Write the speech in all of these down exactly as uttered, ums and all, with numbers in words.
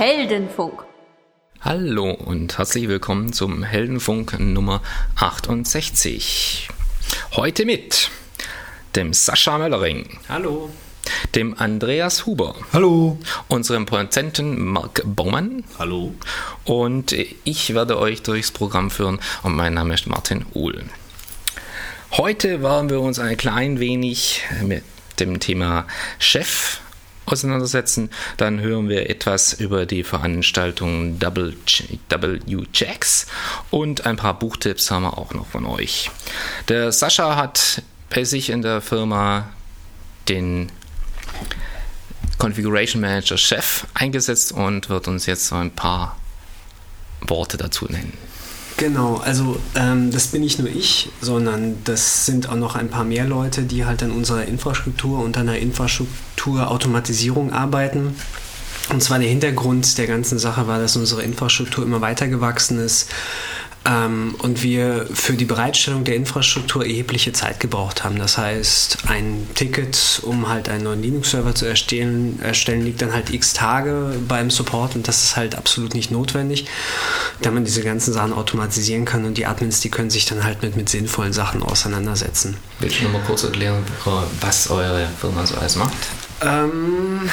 Heldenfunk. Hallo und herzlich willkommen zum Heldenfunk Nummer achtundsechzig. Heute mit dem Sascha Möllering. Hallo. Dem Andreas Huber. Hallo. Unserem Produzenten Marc Baumann. Hallo. Und ich werde euch durchs Programm führen und mein Name ist Martin Uhl. Heute wollen wir uns ein klein wenig mit dem Thema Chef auseinandersetzen. Dann hören wir etwas über die Veranstaltung W Jax und ein paar Buchtipps haben wir auch noch von euch. Der Sascha hat bei sich in der Firma den Configuration Manager Chef eingesetzt und wird uns jetzt so ein paar Worte dazu nennen. Genau, also ähm, das bin nicht nur ich, sondern das sind auch noch ein paar mehr Leute, die halt an unserer Infrastruktur und an der Infrastrukturautomatisierung arbeiten. Und zwar der Hintergrund der ganzen Sache war, dass unsere Infrastruktur immer weiter gewachsen ist ähm, und wir für die Bereitstellung der Infrastruktur erhebliche Zeit gebraucht haben. Das heißt, ein Ticket, um halt einen neuen Linux-Server zu erstellen, erstellen, liegt dann halt x Tage beim Support und das ist halt absolut nicht notwendig, da man diese ganzen Sachen automatisieren kann und die Admins, die können sich dann halt mit, mit sinnvollen Sachen auseinandersetzen. Willst du noch mal kurz erklären, was eure Firma so alles macht? Ähm...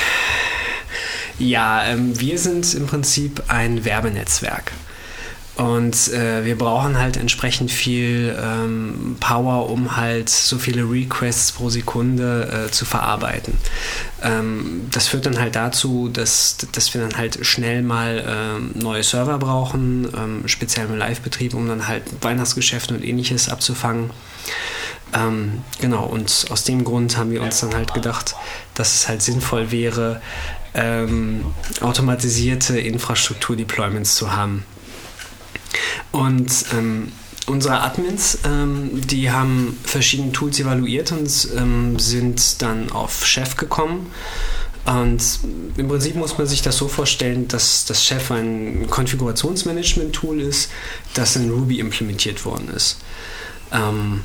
Ja, ähm, wir sind im Prinzip ein Werbenetzwerk und äh, wir brauchen halt entsprechend viel ähm, Power, um halt so viele Requests pro Sekunde äh, zu verarbeiten. Ähm, das führt dann halt dazu, dass, dass wir dann halt schnell mal ähm, neue Server brauchen, ähm, speziell im Live-Betrieb, um dann halt Weihnachtsgeschäfte und ähnliches abzufangen. Ähm, genau, und aus dem Grund haben wir uns dann halt gedacht, dass es halt sinnvoll wäre, ähm, automatisierte Infrastruktur-Deployments zu haben. Und ähm, unsere Admins, ähm, die haben verschiedene Tools evaluiert und ähm, sind dann auf Chef gekommen. Und im Prinzip muss man sich das so vorstellen, dass das Chef ein Konfigurationsmanagement-Tool ist, das in Ruby implementiert worden ist. Ähm,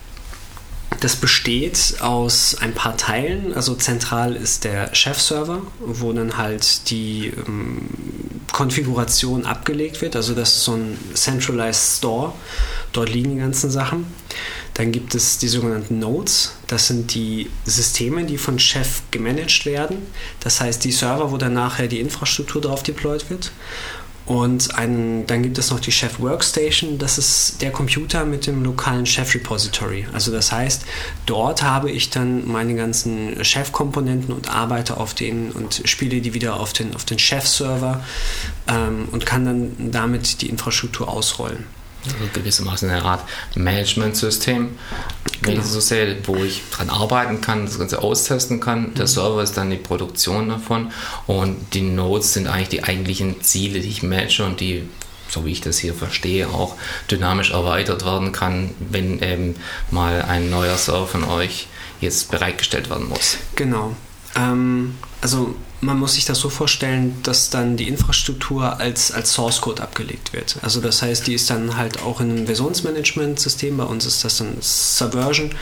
Das besteht aus ein paar Teilen, also zentral ist der Chef-Server, wo dann halt die ähm, Konfiguration abgelegt wird, also das ist so ein Centralized Store, dort liegen die ganzen Sachen. Dann gibt es die sogenannten Nodes, das sind die Systeme, die von Chef gemanagt werden, das heißt die Server, wo dann nachher die Infrastruktur drauf deployed wird. Und ein, dann gibt es noch die Chef Workstation, das ist der Computer mit dem lokalen Chef Repository. Also das heißt, dort habe ich dann meine ganzen Chef-Komponenten und arbeite auf denen und spiele die wieder auf den, auf den Chef-Server ähm, und kann dann damit die Infrastruktur ausrollen. Also gewissermaßen eine Art Management-System, wenn Genau. ich so sehe, wo ich dran arbeiten kann, das Ganze austesten kann. Der mhm. Server ist dann die Produktion davon und die Nodes sind eigentlich die eigentlichen Ziele, die ich manage und die, so wie ich das hier verstehe, auch dynamisch erweitert werden kann, wenn eben mal ein neuer Server von euch jetzt bereitgestellt werden muss. Genau. Ähm, also man muss sich das so vorstellen, dass dann die Infrastruktur als, als Source Code abgelegt wird. Also das heißt, die ist dann halt auch in einem Versionsmanagement-System, bei uns ist das dann Subversion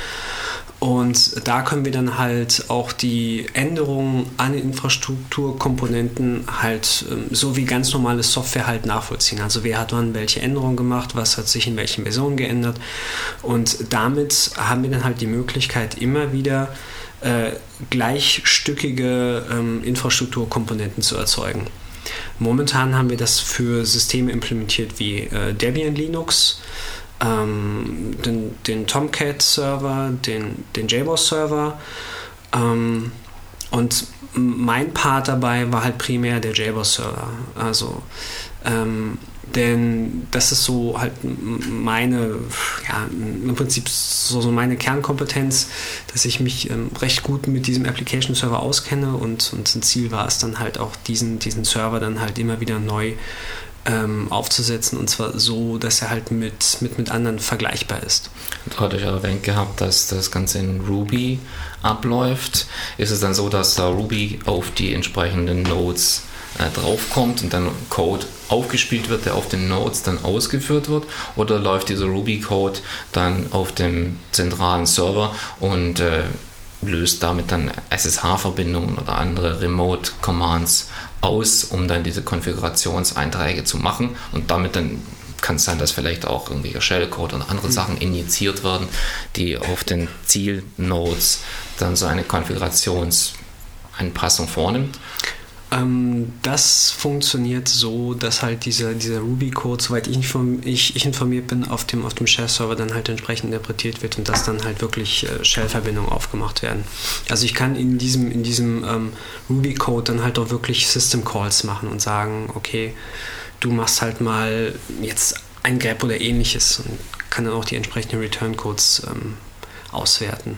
und da können wir dann halt auch die Änderungen an den Infrastrukturkomponenten halt ähm, so wie ganz normale Software halt nachvollziehen. Also wer hat wann welche Änderungen gemacht, was hat sich in welchen Versionen geändert und damit haben wir dann halt die Möglichkeit immer wieder Äh, gleichstückige ähm, Infrastrukturkomponenten zu erzeugen. Momentan haben wir das für Systeme implementiert wie äh, Debian Linux, ähm, den, den Tomcat-Server, den, den J BOSS-Server ähm, und mein Part dabei war halt primär der J BOSS-Server. Also ähm, denn das ist so halt meine, ja, im Prinzip so, so meine Kernkompetenz, dass ich mich ähm, recht gut mit diesem Application Server auskenne und, und ein Ziel war es dann halt auch diesen, diesen Server dann halt immer wieder neu ähm, aufzusetzen und zwar so, dass er halt mit, mit, mit anderen vergleichbar ist. Du hattest ja erwähnt gehabt, dass das Ganze in Ruby abläuft. Ist es dann so, dass da Ruby auf die entsprechenden Nodes äh, draufkommt und dann Code aufgespielt wird, der auf den Nodes dann ausgeführt wird, oder läuft dieser Ruby-Code dann auf dem zentralen Server und äh, löst damit dann S S H-Verbindungen oder andere Remote-Commands aus, um dann diese Konfigurationseinträge zu machen, und damit dann kann es sein, dass vielleicht auch irgendwie Shellcode und andere mhm. Sachen injiziert werden, die auf den Zielnodes dann so eine Konfigurationsanpassung vornimmt. Ähm, das funktioniert so, dass halt dieser, dieser Ruby-Code, soweit ich, inform, ich, ich informiert bin, auf dem, auf dem Shell-Server dann halt entsprechend interpretiert wird und dass dann halt wirklich äh, Shell-Verbindungen aufgemacht werden. Also ich kann in diesem, in diesem ähm, Ruby-Code dann halt auch wirklich System-Calls machen und sagen, okay, du machst halt mal jetzt ein grep oder ähnliches und kann dann auch die entsprechenden Return-Codes ähm, auswerten.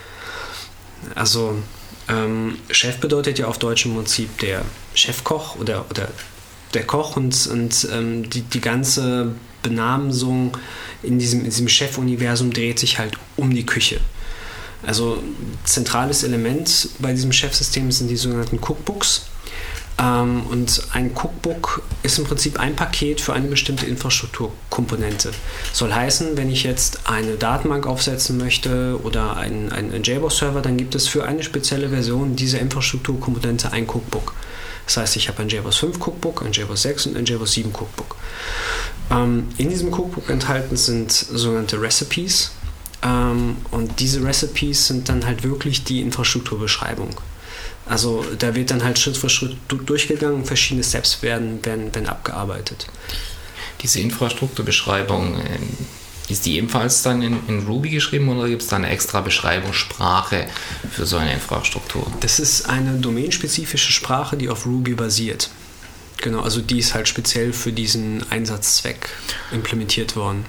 Also Ähm, Chef bedeutet ja auf Deutsch im Prinzip der Chefkoch oder, oder der Koch, und, und ähm, die, die ganze Benamsung in diesem, in diesem Chef-Universum dreht sich halt um die Küche. Also zentrales Element bei diesem Chefsystem sind die sogenannten Cookbooks. Ähm, und ein Cookbook ist im Prinzip ein Paket für eine bestimmte Infrastrukturkomponente. Soll heißen, wenn ich jetzt eine Datenbank aufsetzen möchte oder einen, einen J B O S-Server, dann gibt es für eine spezielle Version dieser Infrastrukturkomponente ein Cookbook. Das heißt, ich habe ein J B O S fünf Cookbook, ein J B O S sechs und ein J B O S sieben Cookbook. Ähm, in diesem Cookbook enthalten sind sogenannte Recipes, ähm, und diese Recipes sind dann halt wirklich die Infrastrukturbeschreibung. Also da wird dann halt Schritt für Schritt durchgegangen, verschiedene Steps werden, werden, werden abgearbeitet. Diese Infrastrukturbeschreibung, ist die ebenfalls dann in, in Ruby geschrieben, oder gibt es da eine extra Beschreibungssprache für so eine Infrastruktur? Das ist eine domänenspezifische Sprache, die auf Ruby basiert. Genau, also die ist halt speziell für diesen Einsatzzweck implementiert worden.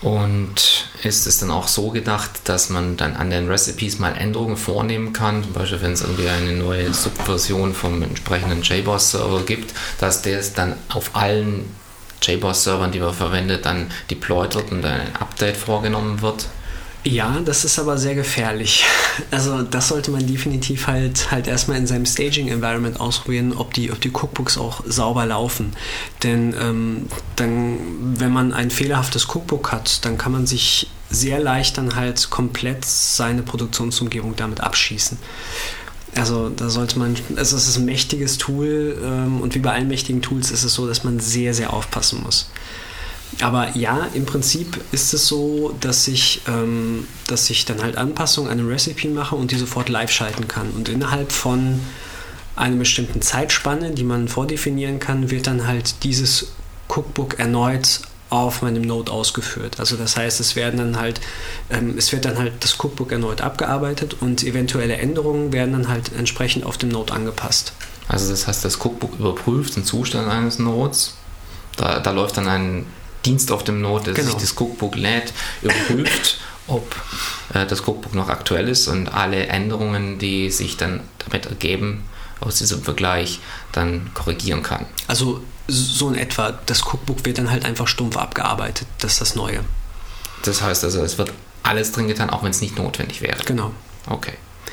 Und ist es dann auch so gedacht, dass man dann an den Recipes mal Änderungen vornehmen kann, zum Beispiel wenn es irgendwie eine neue Subversion vom entsprechenden J B O S-Server gibt, dass der dann auf allen J B O S-Servern, die man verwendet, dann deployed wird und dann ein Update vorgenommen wird? Ja, das ist aber sehr gefährlich. Also das sollte man definitiv halt, halt erstmal in seinem Staging-Environment ausprobieren, ob die, ob die Cookbooks auch sauber laufen. Denn ähm, dann, wenn man ein fehlerhaftes Cookbook hat, dann kann man sich sehr leicht dann halt komplett seine Produktionsumgebung damit abschießen. Also da sollte man, also es ist ein mächtiges Tool, ähm, und wie bei allen mächtigen Tools ist es so, dass man sehr, sehr aufpassen muss. Aber ja, im Prinzip ist es so, dass ich, ähm, dass ich dann halt Anpassungen an eine Recipe mache und die sofort live schalten kann. Und innerhalb von einer bestimmten Zeitspanne, die man vordefinieren kann, wird dann halt dieses Cookbook erneut auf meinem Node ausgeführt. Also das heißt, es werden dann halt, ähm, es wird dann halt das Cookbook erneut abgearbeitet und eventuelle Änderungen werden dann halt entsprechend auf dem Node angepasst. Also das heißt, das Cookbook überprüft den Zustand eines Nodes. Da, da läuft dann ein Dienst auf dem Node, der genau. sich das Cookbook lädt, überprüft, ob äh, das Cookbook noch aktuell ist und alle Änderungen, die sich dann damit ergeben, aus diesem Vergleich dann korrigieren kann. Also so in etwa, das Cookbook wird dann halt einfach stumpf abgearbeitet, das ist das Neue. Das heißt also, es wird alles drin getan, auch wenn es nicht notwendig wäre. Genau. Okay.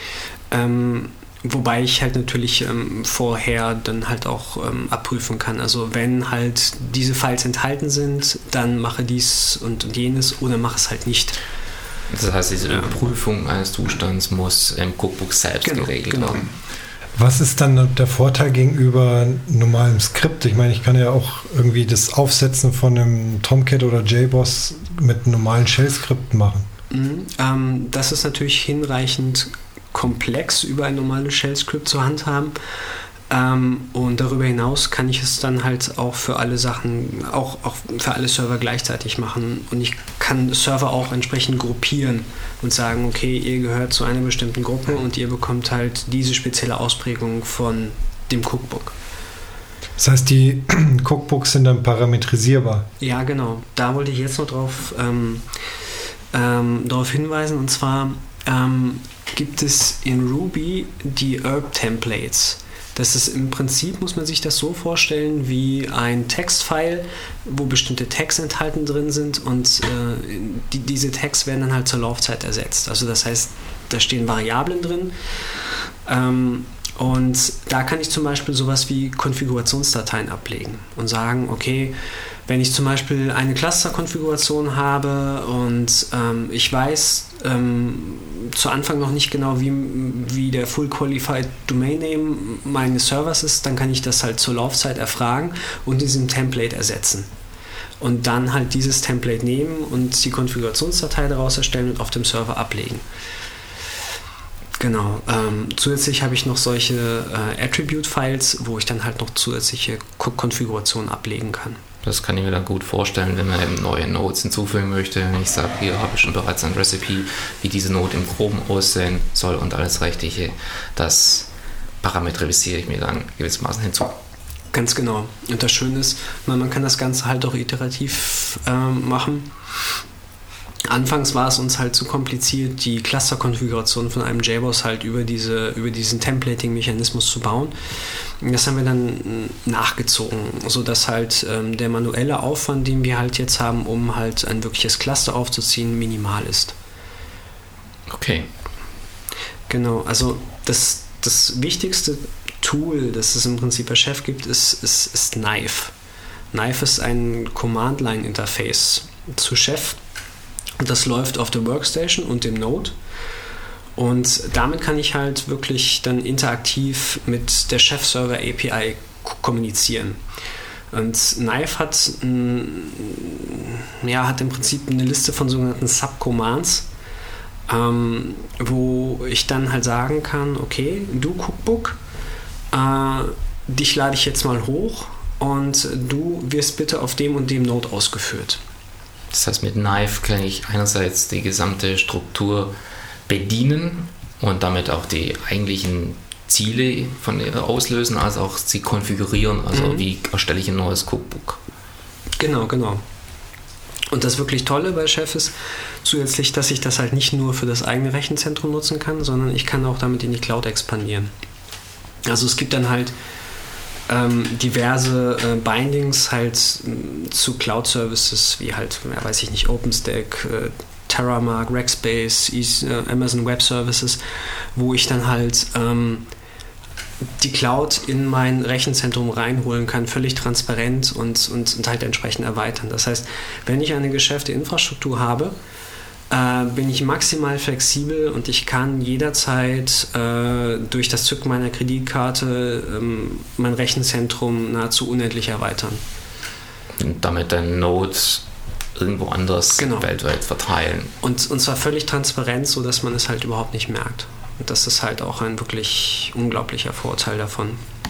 Ähm, Wobei ich halt natürlich ähm, vorher dann halt auch ähm, abprüfen kann. Also wenn halt diese Files enthalten sind, dann mache dies und, und jenes oder mache es halt nicht. Das heißt, diese Überprüfung eines Zustands muss im Cookbook selbst genau, geregelt genau. werden. Was ist dann der Vorteil gegenüber normalem Skript? Ich meine, ich kann ja auch irgendwie das Aufsetzen von einem Tomcat oder J B O S mit einem normalen Shell-Skript machen. Mhm, ähm, das ist natürlich hinreichend komplex über ein normales Shell-Script zu handhaben. Ähm, und darüber hinaus kann ich es dann halt auch für alle Sachen, auch, auch für alle Server gleichzeitig machen. Und ich kann Server auch entsprechend gruppieren und sagen, okay, ihr gehört zu einer bestimmten Gruppe und ihr bekommt halt diese spezielle Ausprägung von dem Cookbook. Das heißt, die Cookbooks sind dann parametrisierbar? Ja, genau. Da wollte ich jetzt noch drauf, ähm, ähm, darauf hinweisen. Und zwar ähm, gibt es in Ruby die E R B-Templates. Das ist im Prinzip, muss man sich das so vorstellen, wie ein Textfile, wo bestimmte Tags enthalten drin sind und äh, die, diese Tags werden dann halt zur Laufzeit ersetzt. Also das heißt, da stehen Variablen drin ähm, und da kann ich zum Beispiel sowas wie Konfigurationsdateien ablegen und sagen, okay, wenn ich zum Beispiel eine Cluster-Konfiguration habe und ähm, ich weiß, ähm, zu Anfang noch nicht genau, wie, wie der Full Qualified Domain Name meines Servers ist, dann kann ich das halt zur Laufzeit erfragen und diesem Template ersetzen. Und dann halt dieses Template nehmen und die Konfigurationsdatei daraus erstellen und auf dem Server ablegen. Genau. Ähm, zusätzlich habe ich noch solche äh, Attribute-Files, wo ich dann halt noch zusätzliche Ko- Konfigurationen ablegen kann. Das kann ich mir dann gut vorstellen, wenn man eben neue Nodes hinzufügen möchte. Wenn ich sage, hier habe ich schon bereits ein Recipe, wie diese Node im Groben aussehen soll und alles Rechtliche, das parametrisiere ich mir dann gewissermaßen hinzu. Ganz genau. Und das Schöne ist, man, man kann das Ganze halt auch iterativ ähm, machen. Anfangs war es uns halt zu kompliziert, die Cluster-Konfiguration von einem J B O S halt über, diese, über diesen Templating-Mechanismus zu bauen. Das haben wir dann nachgezogen, sodass halt ähm, der manuelle Aufwand, den wir halt jetzt haben, um halt ein wirkliches Cluster aufzuziehen, minimal ist. Okay. Genau, also das, das wichtigste Tool, das es im Prinzip bei Chef gibt, ist, ist, ist Knife. Knife ist ein Command-Line-Interface zu Chef. Das läuft auf der Workstation und dem Node. Und damit kann ich halt wirklich dann interaktiv mit der Chef-Server A P I kommunizieren. Und Knife hat, ja, hat im Prinzip eine Liste von sogenannten Subcommands, ähm, wo ich dann halt sagen kann, okay, du Cookbook, äh, dich lade ich jetzt mal hoch und du wirst bitte auf dem und dem Node ausgeführt. Das heißt, mit Knife kann ich einerseits die gesamte Struktur bedienen und damit auch die eigentlichen Ziele von ihr auslösen, als auch sie konfigurieren. Also mhm. wie erstelle ich ein neues Cookbook? Genau, genau. Und das wirklich Tolle bei Chef ist zusätzlich, dass ich das halt nicht nur für das eigene Rechenzentrum nutzen kann, sondern ich kann auch damit in die Cloud expandieren. Also es gibt dann halt ähm, diverse äh, Bindings halt äh, zu Cloud-Services, wie halt, ja, weiß ich nicht, OpenStack, äh, Terramark, Rackspace, East, äh, Amazon Web Services, wo ich dann halt ähm, die Cloud in mein Rechenzentrum reinholen kann, völlig transparent und, und, und halt entsprechend erweitern. Das heißt, wenn ich eine geschäfte Infrastruktur habe, äh, bin ich maximal flexibel und ich kann jederzeit äh, durch das Zücken meiner Kreditkarte ähm, mein Rechenzentrum nahezu unendlich erweitern. Und damit dein Node irgendwo anders genau. weltweit verteilen. Und, und zwar völlig transparent, so dass man es halt überhaupt nicht merkt. Und das ist halt auch ein wirklich unglaublicher Vorteil davon.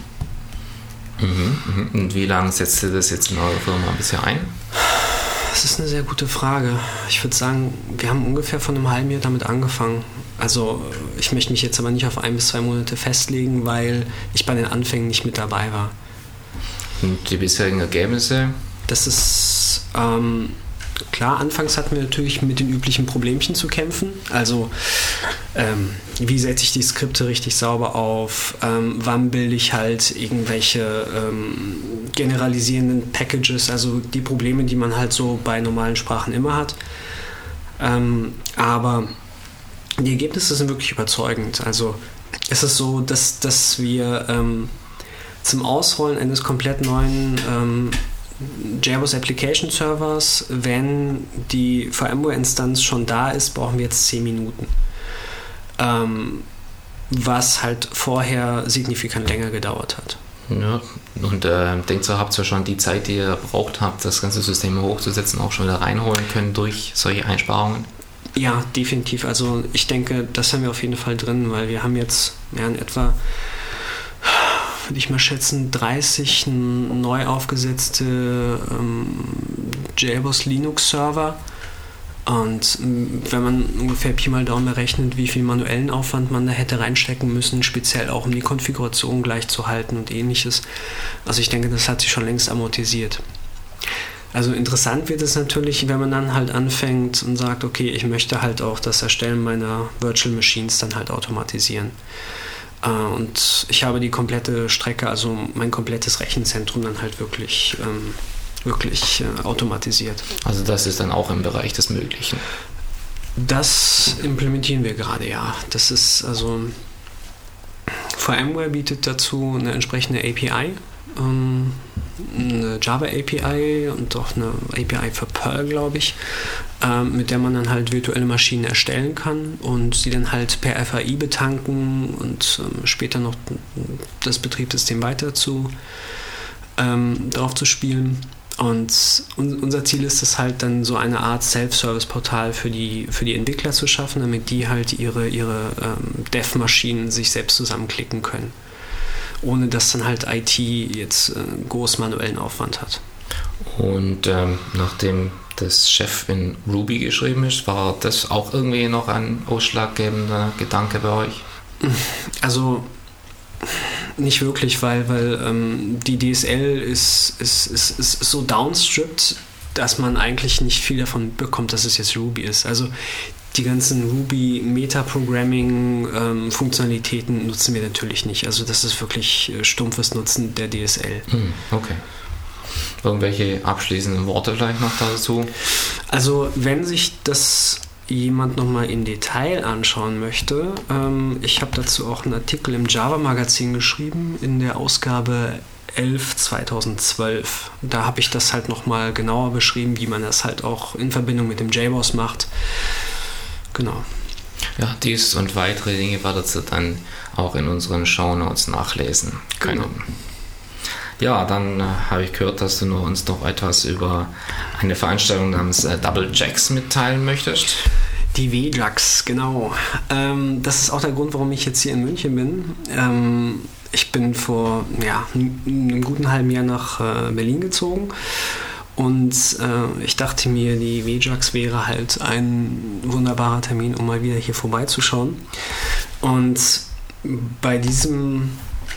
Mhm, mhm. Und wie lange setzt ihr das jetzt in eurer Firma bisher ein? Das ist eine sehr gute Frage. Ich würde sagen, wir haben ungefähr vor einem halben Jahr damit angefangen. Also ich möchte mich jetzt aber nicht auf ein bis zwei Monate festlegen, weil ich bei den Anfängen nicht mit dabei war. Und die bisherigen Ergebnisse? Das ist ähm, klar, anfangs hatten wir natürlich mit den üblichen Problemchen zu kämpfen. Also ähm, wie setze ich die Skripte richtig sauber auf? Ähm, wann bilde ich halt irgendwelche ähm, generalisierenden Packages, also die Probleme, die man halt so bei normalen Sprachen immer hat. Ähm, aber die Ergebnisse sind wirklich überzeugend. Also es ist so, dass, dass wir ähm, zum Ausrollen eines komplett neuen ähm, J B O S Application Servers, wenn die VMware-Instanz schon da ist, brauchen wir jetzt zehn Minuten. Ähm, was halt vorher signifikant länger gedauert hat. Ja, und äh, denkt ihr, habt ihr schon die Zeit, die ihr braucht habt, das ganze System hochzusetzen, auch schon wieder reinholen können durch solche Einsparungen? Ja, definitiv. Also ich denke, das haben wir auf jeden Fall drin, weil wir haben jetzt ja, in etwa, würde ich mal schätzen, dreißig neu aufgesetzte ähm, J B O S Linux-Server. Und wenn man ungefähr Pi mal Daumen berechnet, wie viel manuellen Aufwand man da hätte reinstecken müssen, speziell auch um die Konfiguration gleich zu halten und ähnliches. Also ich denke, das hat sich schon längst amortisiert. Also interessant wird es natürlich, wenn man dann halt anfängt und sagt, okay, ich möchte halt auch das Erstellen meiner Virtual Machines dann halt automatisieren. Und ich habe die komplette Strecke, also mein komplettes Rechenzentrum dann halt wirklich... Ähm, wirklich äh, automatisiert. Also das ist dann auch im Bereich des Möglichen? Das implementieren wir gerade, ja. Das ist also VMware bietet dazu eine entsprechende A P I, ähm, eine Java A P I und auch eine A P I für Perl, glaube ich, ähm, mit der man dann halt virtuelle Maschinen erstellen kann und sie dann halt per F A I betanken und ähm, später noch das Betriebssystem weiter zu ähm, drauf zu spielen. Und unser Ziel ist es halt dann so eine Art Self-Service-Portal für die, für die Entwickler zu schaffen, damit die halt ihre, ihre ähm, Dev-Maschinen sich selbst zusammenklicken können, ohne dass dann halt I T jetzt äh, groß manuellen Aufwand hat. Und ähm, nachdem das Chef in Ruby geschrieben ist, war das auch irgendwie noch ein ausschlaggebender Gedanke bei euch? Also nicht wirklich, weil, weil ähm, die D S L ist, ist, ist, ist so downstripped, dass man eigentlich nicht viel davon bekommt, dass es jetzt Ruby ist. Also die ganzen Ruby-Meta-Programming-Funktionalitäten ähm, nutzen wir natürlich nicht. Also das ist wirklich äh, stumpfes Nutzen der D S L. Hm, okay. Irgendwelche abschließenden Worte vielleicht noch dazu? Also wenn sich das jemand nochmal in Detail anschauen möchte, ähm, ich habe dazu auch einen Artikel im Java-Magazin geschrieben, in der Ausgabe elf zweitausendzwölf. Da habe ich das halt nochmal genauer beschrieben, wie man das halt auch in Verbindung mit dem J B O S macht. Genau. Ja, dies und weitere Dinge werdet ihr dann auch in unseren Shownotes nachlesen können. Genau. Ja, dann äh, habe ich gehört, dass du nur uns noch etwas über eine Veranstaltung namens äh, Double Jacks mitteilen möchtest. Die W J A X, genau. Ähm, das ist auch der Grund, warum ich jetzt hier in München bin. Ähm, ich bin vor ja, einem guten halben Jahr nach äh, Berlin gezogen und äh, ich dachte mir, die W J A X wäre halt ein wunderbarer Termin, um mal wieder hier vorbeizuschauen. Und bei diesem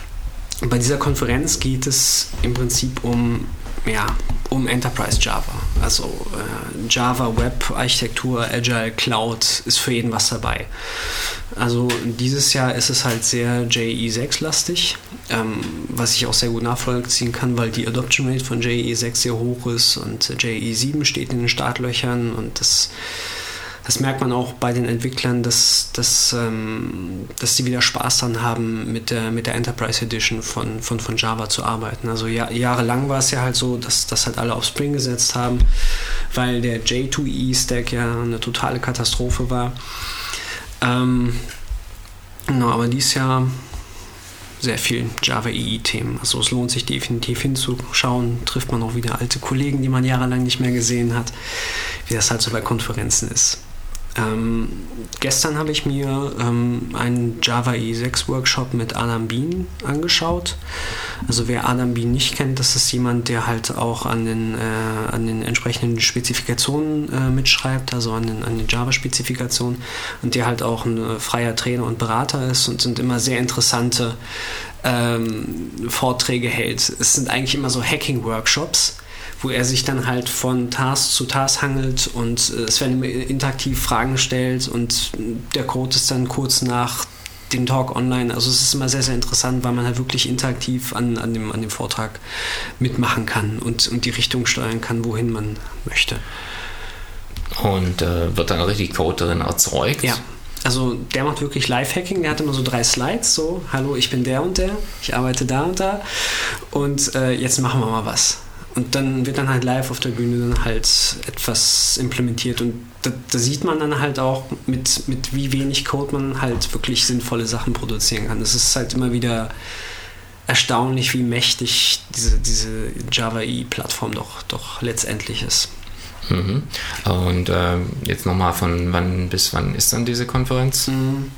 Bei dieser Konferenz geht es im Prinzip um, ja, um Enterprise Java. Also äh, Java, Web, Architektur, Agile, Cloud ist für jeden was dabei. Also dieses Jahr ist es halt sehr J E sechs lastig, ähm, was ich auch sehr gut nachvollziehen kann, weil die Adoption Rate von J E sechs sehr hoch ist und J E sieben steht in den Startlöchern und das Das merkt man auch bei den Entwicklern, dass, dass, ähm, dass die wieder Spaß dran haben, mit der, mit der Enterprise Edition von, von, von Java zu arbeiten. Also ja, jahrelang war es ja halt so, dass, dass halt alle auf Spring gesetzt haben, weil der J zwei E Stack ja eine totale Katastrophe war. Ähm, no, aber dieses Jahr sehr viel Java E E-Themen. Also es lohnt sich definitiv hinzuschauen. Trifft man auch wieder alte Kollegen, die man jahrelang nicht mehr gesehen hat, wie das halt so bei Konferenzen ist. Ähm, gestern habe ich mir ähm, einen Java E sechs Workshop mit Adam Bien angeschaut. Also wer Adam Bien nicht kennt, das ist jemand, der halt auch an den, äh, an den entsprechenden Spezifikationen äh, mitschreibt, also an den, an den Java-Spezifikationen und der halt auch ein äh, freier Trainer und Berater ist und sind immer sehr interessante ähm, Vorträge hält. Es sind eigentlich immer so Hacking-Workshops, wo er sich dann halt von Task zu Task hangelt und äh, es werden immer interaktiv Fragen gestellt und der Code ist dann kurz nach dem Talk online. Also es ist immer sehr, sehr interessant, weil man halt wirklich interaktiv an, an, dem, an dem Vortrag mitmachen kann und, und die Richtung steuern kann, wohin man möchte. Und äh, wird dann richtig Code darin erzeugt? Ja. Also der macht wirklich Live-Hacking, der hat immer so drei Slides, so, hallo, ich bin der und der, ich arbeite da und da und äh, jetzt machen wir mal was. Und dann wird dann halt live auf der Bühne dann halt etwas implementiert und da, da sieht man dann halt auch, mit, mit wie wenig Code man halt wirklich sinnvolle Sachen produzieren kann. Es ist halt immer wieder erstaunlich, wie mächtig diese, diese Java E E-Plattform doch, doch letztendlich ist. Mhm. Und äh, jetzt nochmal von wann bis wann ist dann diese Konferenz?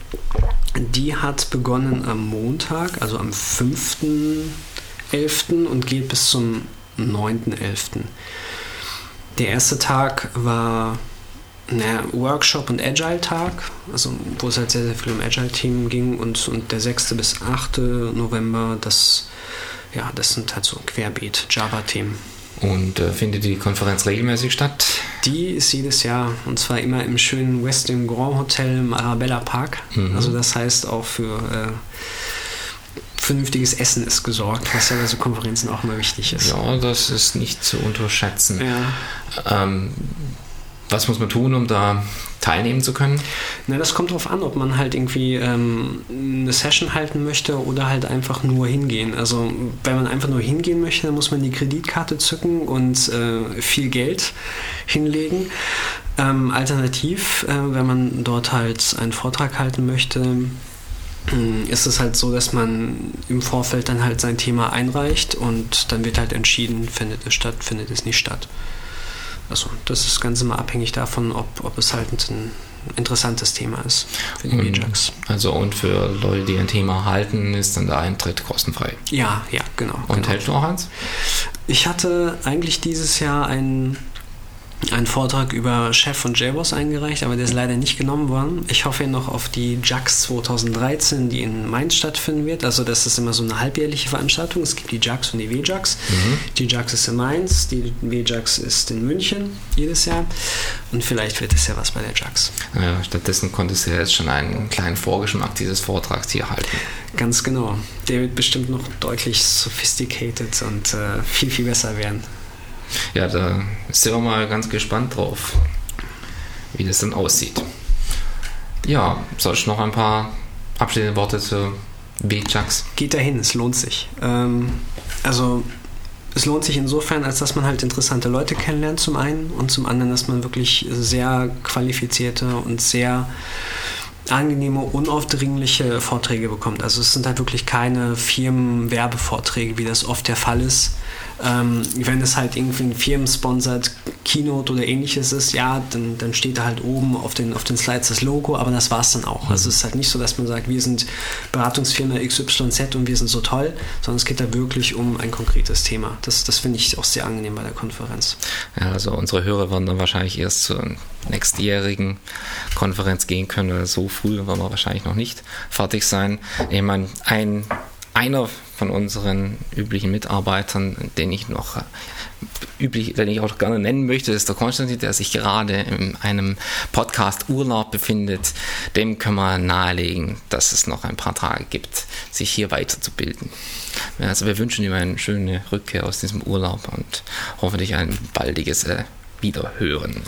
Die hat begonnen am Montag, also am fünften elften und geht bis zum neunten elften Der erste Tag war naja, Workshop und Agile-Tag, also wo es halt sehr, sehr viel um Agile-Themen ging und, und der sechste bis achte November, das, ja, das sind halt so querbeet Java-Themen. Und äh, findet die Konferenz regelmäßig statt? Die ist jedes Jahr und zwar immer im schönen Westin Grand Hotel im Arabella Park. Mhm. Also das heißt auch für äh, vernünftiges Essen ist gesorgt, was ja bei so Konferenzen auch immer wichtig ist. Ja, das ist nicht zu unterschätzen. Ja. Ähm, was muss man tun, um da teilnehmen zu können? Na, das kommt drauf an, ob man halt irgendwie ähm, eine Session halten möchte oder halt einfach nur hingehen. Also wenn man einfach nur hingehen möchte, dann muss man die Kreditkarte zücken und äh, viel Geld hinlegen. Ähm, alternativ, äh, wenn man dort halt einen Vortrag halten möchte, äh, ist es halt so, dass man im Vorfeld dann halt sein Thema einreicht und dann wird halt entschieden, findet es statt, findet es nicht statt. Also das ist ganz immer abhängig davon, ob, ob es halt ein interessantes Thema ist für die W J A X. Also und für Leute, die ein Thema halten, ist dann der Eintritt kostenfrei. Ja, ja, genau. Und genau. hältst du auch eins? Ich hatte eigentlich dieses Jahr einen, einen Vortrag über Chef und J B O S eingereicht, aber der ist leider nicht genommen worden. Ich hoffe noch auf die J A X zwanzig dreizehn, die in Mainz stattfinden wird. Also das ist immer so eine halbjährliche Veranstaltung. Es gibt die J A X und die W J A X. Mhm. Die J A X ist in Mainz, die W J A X ist in München jedes Jahr. Und vielleicht wird es ja was bei der J A X. Ja, stattdessen konntest du ja jetzt schon einen kleinen Vorgeschmack dieses Vortrags hier halten. Ganz genau. Der wird bestimmt noch deutlich sophisticated und äh, viel, viel besser werden. Ja, da sind wir mal ganz gespannt drauf, wie das dann aussieht. Ja, soll ich noch ein paar abschließende Worte zur W J A X? Geht dahin, es lohnt sich. Ähm, also es lohnt sich insofern, als dass man halt interessante Leute kennenlernt zum einen und zum anderen, dass man wirklich sehr qualifizierte und sehr angenehme, unaufdringliche Vorträge bekommt. Also es sind halt wirklich keine Firmenwerbevorträge, wie das oft der Fall ist. Ähm, wenn es halt irgendwie ein firmensponsored Keynote oder ähnliches ist, ja, dann, dann steht da halt oben auf den, auf den Slides das Logo, aber das war es dann auch. Mhm. Also es ist halt nicht so, dass man sagt, wir sind Beratungsfirma X Y Z und wir sind so toll, sondern es geht da wirklich um ein konkretes Thema. Das, das finde ich auch sehr angenehm bei der Konferenz. Ja, also unsere Hörer werden dann wahrscheinlich erst zur nächstjährigen Konferenz gehen können, oder so früh werden wir wahrscheinlich noch nicht fertig sein. Ich meine, ein Einer von unseren üblichen Mitarbeitern, den ich noch äh, üblich, den ich auch gerne nennen möchte, ist der Konstantin, der sich gerade in einem Podcast Urlaub befindet. Dem können wir nahelegen, dass es noch ein paar Tage gibt, sich hier weiterzubilden. Also wir wünschen ihm eine schöne Rückkehr aus diesem Urlaub und hoffentlich ein baldiges äh, Wiederhören.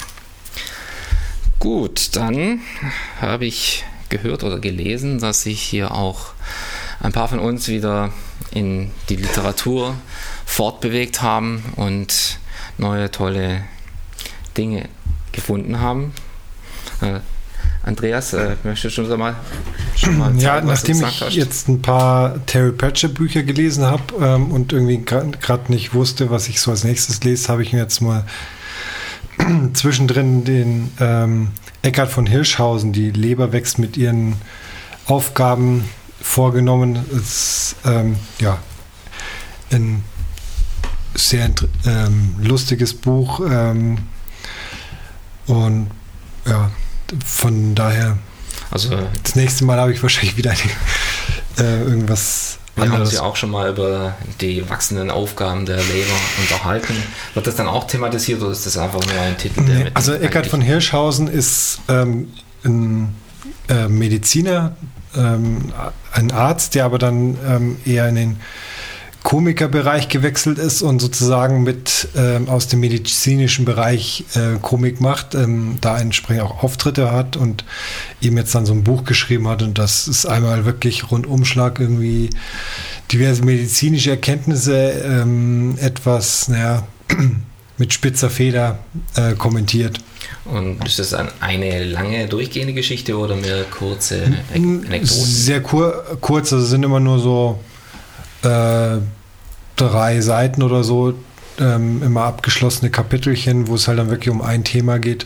Gut, dann habe ich gehört oder gelesen, dass sich hier auch ein paar von uns wieder in die Literatur fortbewegt haben und neue tolle Dinge gefunden haben. Äh, Andreas, äh, möchtest du schon mal, schon mal zeigen, ja, nachdem ich hast? jetzt ein paar Terry Pratchett Bücher gelesen habe ähm, und irgendwie gerade nicht wusste, was ich so als nächstes lese, habe ich mir jetzt mal zwischendrin den ähm, Eckhard von Hirschhausen, die Leber wächst mit ihren Aufgaben, vorgenommen. Es ist ähm, ja ein sehr ähm, lustiges Buch ähm, und ja, von daher also das nächste Mal habe ich wahrscheinlich wieder äh, irgendwas wir anderes. Haben uns ja auch schon mal über die wachsenden Aufgaben der Leber unterhalten. Wird das dann auch thematisiert oder ist das einfach nur ein Titel? Der nee, also Eckhard von Hirschhausen ist ähm, ein äh, Mediziner, Ähm, ein Arzt, der aber dann ähm, eher in den Komikerbereich gewechselt ist und sozusagen mit ähm, aus dem medizinischen Bereich äh, Komik macht, ähm, da entsprechend auch Auftritte hat und ihm jetzt dann so ein Buch geschrieben hat und das ist einmal wirklich Rundumschlag, irgendwie diverse medizinische Erkenntnisse ähm, etwas, naja, mit spitzer Feder äh, kommentiert. Und ist das eine lange durchgehende Geschichte oder mehr kurze Anekdoten? Sehr kur- kurz, also sind immer nur so äh, drei Seiten oder so, ähm, immer abgeschlossene Kapitelchen, wo es halt dann wirklich um ein Thema geht.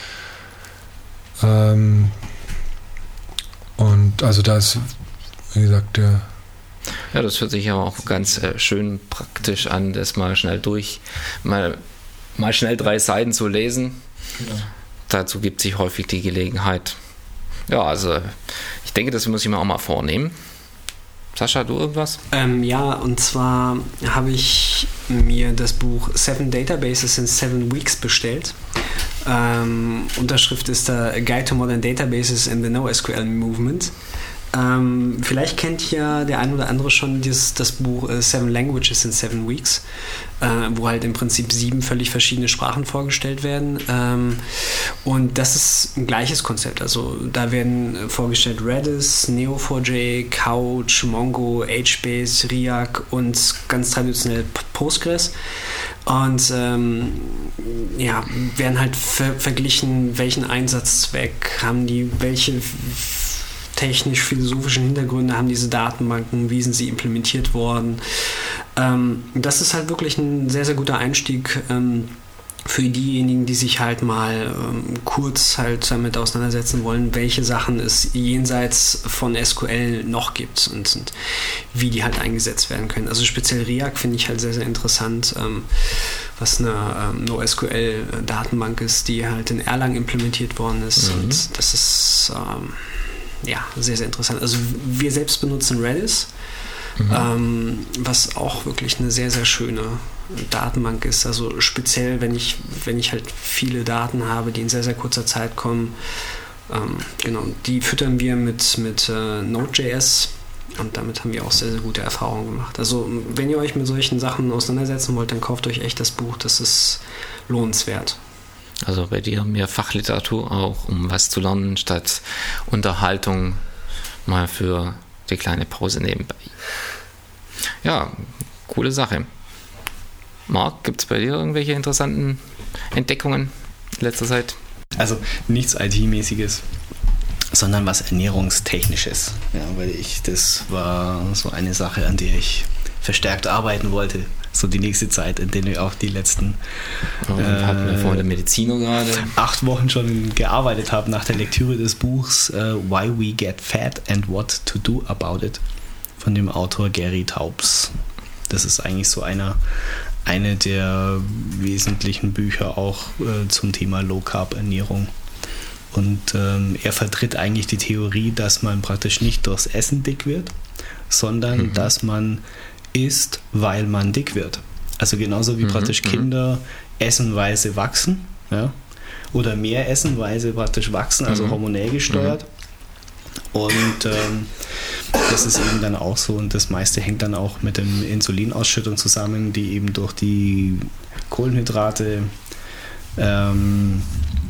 Ähm, und also da ist, wie gesagt, der ja, das hört sich aber auch ganz äh, schön praktisch an, das mal schnell durch, mal, mal schnell drei Seiten zu lesen. Ja. Dazu gibt sich häufig die Gelegenheit. Ja, also ich denke, das muss ich mir auch mal vornehmen. Sascha, du irgendwas? Ähm, ja, und zwar habe ich mir das Buch Seven Databases in Seven Weeks bestellt. Ähm, Unterschrift ist da A Guide to Modern Databases in the NoSQL Movement. Ähm, vielleicht kennt ja der ein oder andere schon dieses, das Buch äh, Seven Languages in Seven Weeks, äh, wo halt im Prinzip sieben völlig verschiedene Sprachen vorgestellt werden. Ähm, und das ist ein gleiches Konzept. Also da werden vorgestellt Redis, Neo vier j, Couch, Mongo, HBase, Riak und ganz traditionell Postgres. Und ähm, ja, werden halt ver- verglichen, welchen Einsatzzweck haben die, welche technisch-philosophischen Hintergründe haben diese Datenbanken, wie sind sie implementiert worden. Ähm, das ist halt wirklich ein sehr, sehr guter Einstieg ähm, für diejenigen, die sich halt mal ähm, kurz halt damit auseinandersetzen wollen, welche Sachen es jenseits von S Q L noch gibt und, und wie die halt eingesetzt werden können. Also speziell Riak finde ich halt sehr, sehr interessant, ähm, was eine ähm, NoSQL-Datenbank ist, die halt in Erlang implementiert worden ist. Mhm. Und das ist ähm, ja sehr, sehr interessant. Also wir selbst benutzen Redis, mhm. ähm, was auch wirklich eine sehr, sehr schöne Datenbank ist. Also speziell, wenn ich, wenn ich halt viele Daten habe, die in sehr, sehr kurzer Zeit kommen. Ähm, genau, die füttern wir mit, mit äh, Node.js und damit haben wir auch sehr, sehr gute Erfahrungen gemacht. Also wenn ihr euch mit solchen Sachen auseinandersetzen wollt, dann kauft euch echt das Buch, das ist lohnenswert. Also bei dir mehr Fachliteratur auch, um was zu lernen, statt Unterhaltung mal für die kleine Pause nebenbei. Ja, coole Sache. Marc, gibt es bei dir irgendwelche interessanten Entdeckungen in letzter Zeit? Also nichts I T-mäßiges, sondern was Ernährungstechnisches. Ja, weil ich, das war so eine Sache, an der ich verstärkt arbeiten wollte. So die nächste Zeit, in der wir auch die letzten oh, äh, hatten wir vorhin der Mediziner gerade acht Wochen schon gearbeitet habe nach der Lektüre des Buchs uh, Why We Get Fat and What to Do About It von dem Autor Gary Taubes. Das ist eigentlich so einer eine der wesentlichen Bücher auch äh, zum Thema Low-Carb-Ernährung. Und ähm, er vertritt eigentlich die Theorie, dass man praktisch nicht durchs Essen dick wird, sondern mhm. dass man isst, weil man dick wird. Also genauso wie mhm. praktisch Kinder essenweise wachsen, ja, oder mehr essenweise praktisch wachsen, also mhm. hormonell gesteuert. Mhm. Und ähm, das ist eben dann auch so, und das meiste hängt dann auch mit der Insulinausschüttung zusammen, die eben durch die Kohlenhydrate ähm,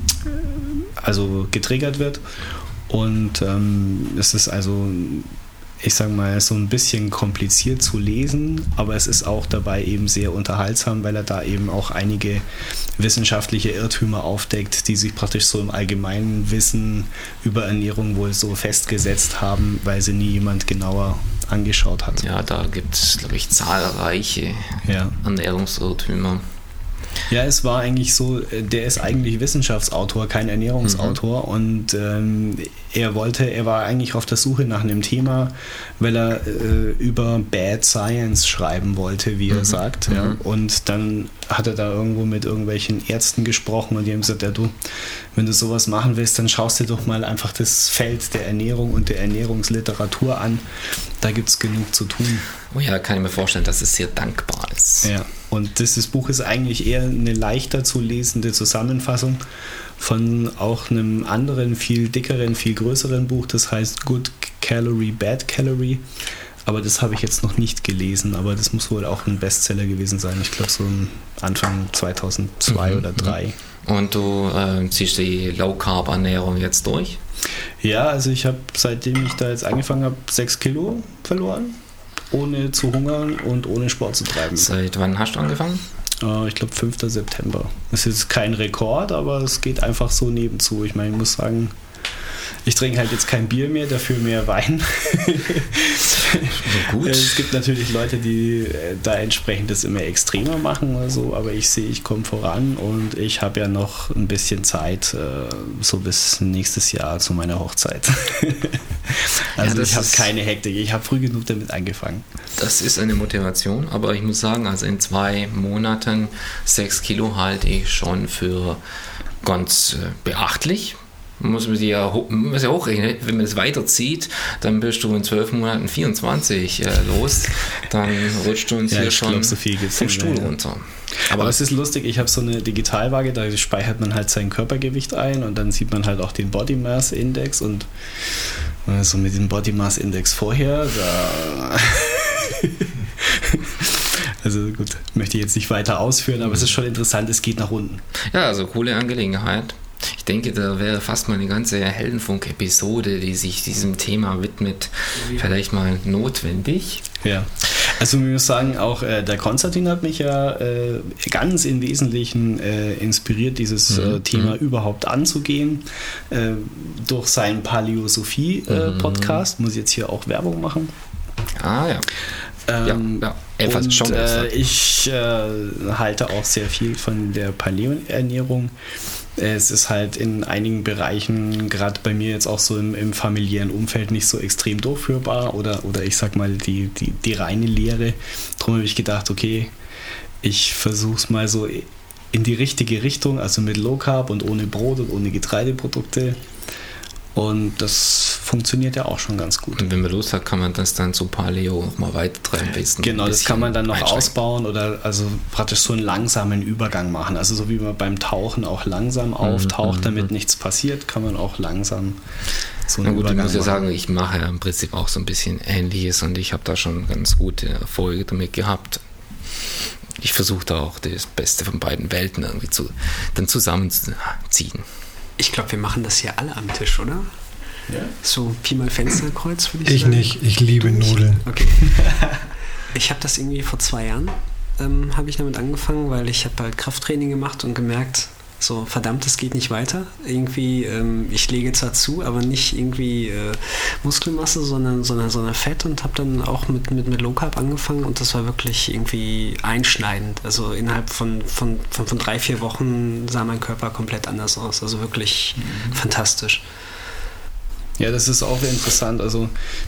also getriggert wird. Und ähm, es ist also, ich sage mal, so ein bisschen kompliziert zu lesen, aber es ist auch dabei eben sehr unterhaltsam, weil er da eben auch einige wissenschaftliche Irrtümer aufdeckt, die sich praktisch so im allgemeinen Wissen über Ernährung wohl so festgesetzt haben, weil sie nie jemand genauer angeschaut hat. Ja, da gibt es, glaube ich, zahlreiche ja. Ernährungsirrtümer. Ja, es war eigentlich so, der ist eigentlich Wissenschaftsautor, kein Ernährungsautor, mhm. und ähm, er wollte, er war eigentlich auf der Suche nach einem Thema, weil er äh, über Bad Science schreiben wollte, wie mhm. er sagt, mhm. ja, und dann hat er da irgendwo mit irgendwelchen Ärzten gesprochen und die haben gesagt, ja du, wenn du sowas machen willst, dann schaust dir doch mal einfach das Feld der Ernährung und der Ernährungsliteratur an, da gibt es genug zu tun. Oh ja, kann ich mir vorstellen, dass es sehr dankbar ist. Ja, und das, das Buch ist eigentlich eher eine leichter zu lesende Zusammenfassung von auch einem anderen, viel dickeren, viel größeren Buch, das heißt Good Calorie, Bad Calorie. Aber das habe ich jetzt noch nicht gelesen, aber das muss wohl auch ein Bestseller gewesen sein. Ich glaube so Anfang zweitausendzwei mhm. oder zweitausenddrei. Und du äh, ziehst die Low-Carb-Ernährung jetzt durch? Ja, also ich habe, seitdem ich da jetzt angefangen habe, sechs Kilo verloren, ohne zu hungern und ohne Sport zu treiben. Seit wann hast du angefangen? Äh, ich glaube fünften September. Das ist jetzt kein Rekord, aber es geht einfach so nebenzu. Ich meine, ich muss sagen, ich trinke halt jetzt kein Bier mehr, dafür mehr Wein. So gut. Es gibt natürlich Leute, die da entsprechend das immer extremer machen oder so, aber ich sehe, ich komme voran und ich habe ja noch ein bisschen Zeit, so bis nächstes Jahr zu meiner Hochzeit. Also ja, ich habe keine Hektik, ich habe früh genug damit angefangen. Das ist eine Motivation, aber ich muss sagen, also in zwei Monaten sechs Kilo halte ich schon für ganz beachtlich. Muss man sich ja, muss ja hochrechnen. Wenn man es weiterzieht, dann bist du in zwölf Monaten vierundzwanzig äh, los. Dann rutscht du uns ja, hier schon glaub, so viel vom Stuhl ja. runter. Aber, Aber es ist lustig, ich habe so eine Digitalwaage, da speichert man halt sein Körpergewicht ein und dann sieht man halt auch den Body Mass Index und Also mit dem Body Mass Index vorher, da also gut, möchte ich jetzt nicht weiter ausführen, aber es ist schon interessant, es geht nach unten. Ja, also coole Angelegenheit. Ich denke, da wäre fast mal eine ganze Heldenfunk-Episode, die sich diesem Thema widmet, vielleicht mal notwendig. Ja, also ich muss sagen, auch äh, der Konstantin hat mich ja äh, ganz im Wesentlichen äh, inspiriert, dieses äh, mhm. Thema mhm. überhaupt anzugehen, äh, durch seinen Paläosophie-Podcast, äh, mhm. muss ich jetzt hier auch Werbung machen. Ah ja. Ähm, ja, ja. Und, schon äh, ich äh, halte auch sehr viel von der Paleo-Ernährung. Es ist halt in einigen Bereichen, gerade bei mir jetzt auch so im, im familiären Umfeld, nicht so extrem durchführbar oder, oder ich sag mal die, die, die reine Lehre. Darum habe ich gedacht, okay, ich versuche es mal so in die richtige Richtung, also mit Low Carb und ohne Brot und ohne Getreideprodukte. Und das funktioniert ja auch schon ganz gut. Und wenn man Lust hat, kann man das dann zu Paleo noch mal weiter treiben. Genau, das kann man dann noch ausbauen oder also praktisch so einen langsamen Übergang machen. Also so wie man beim Tauchen auch langsam auftaucht, mhm, damit mhm. nichts passiert, kann man auch langsam so einen Na gut, Übergang ich muss ja machen. sagen, ich mache ja im Prinzip auch so ein bisschen Ähnliches und ich habe da schon ganz gute Erfolge damit gehabt. Ich versuche da auch das Beste von beiden Welten irgendwie zu, dann zusammenzuziehen. Ich glaube, wir machen das hier alle am Tisch, oder? Ja. So Pi mal Fensterkreuz, würde ich, ich sagen. Ich nicht, ich liebe du Nudeln. Okay. Ich habe das irgendwie vor zwei Jahren, ähm, habe ich damit angefangen, weil ich habe halt Krafttraining gemacht und gemerkt, so verdammt, es geht nicht weiter. Irgendwie, ähm, ich lege zwar zu, aber nicht irgendwie äh, Muskelmasse, sondern, sondern, sondern Fett und habe dann auch mit, mit, mit Low Carb angefangen und das war wirklich irgendwie einschneidend. Also innerhalb von, von, von, von drei, vier Wochen sah mein Körper komplett anders aus. Also wirklich mhm. fantastisch. Ja, das ist auch interessant. Also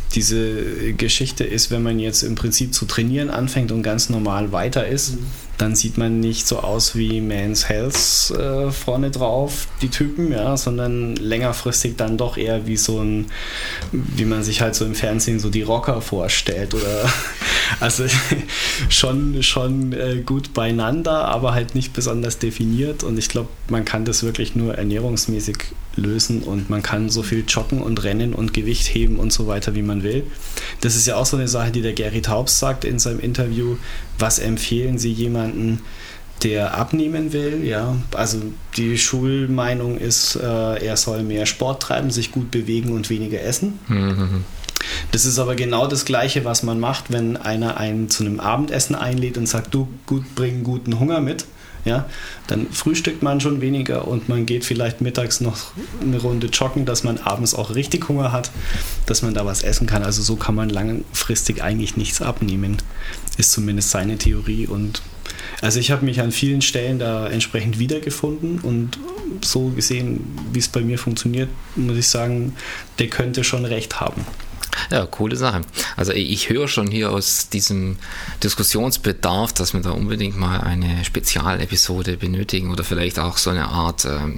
diese Geschichte ist, wenn man jetzt im Prinzip zu trainieren anfängt und ganz normal weiter ist, mhm. dann sieht man nicht so aus wie Men's Health äh, vorne drauf, die Typen, ja, sondern längerfristig dann doch eher wie so ein, wie man sich halt so im Fernsehen so die Rocker vorstellt oder also schon, schon äh, gut beieinander, aber halt nicht besonders definiert und ich glaube, man kann das wirklich nur ernährungsmäßig lösen und man kann so viel joggen und rennen und Gewicht heben und so weiter, wie man will. Das ist ja auch so eine Sache, die der Gary Taubes sagt in seinem Interview. Was empfehlen Sie jemanden, der abnehmen will? Ja, also die Schulmeinung ist, äh, er soll mehr Sport treiben, sich gut bewegen und weniger essen. Mhm. Das ist aber genau das Gleiche, was man macht, wenn einer einen zu einem Abendessen einlädt und sagt, du gut, bring guten Hunger mit. Ja, dann frühstückt man schon weniger und man geht vielleicht mittags noch eine Runde joggen, dass man abends auch richtig Hunger hat, dass man da was essen kann. Also so kann man langfristig eigentlich nichts abnehmen, ist zumindest seine Theorie. Und also ich habe mich an vielen Stellen da entsprechend wiedergefunden und so gesehen, wie es bei mir funktioniert, muss ich sagen, der könnte schon recht haben. Ja, coole Sache. Also ich höre schon hier aus diesem Diskussionsbedarf, dass wir da unbedingt mal eine Spezialepisode benötigen oder vielleicht auch so eine Art ähm,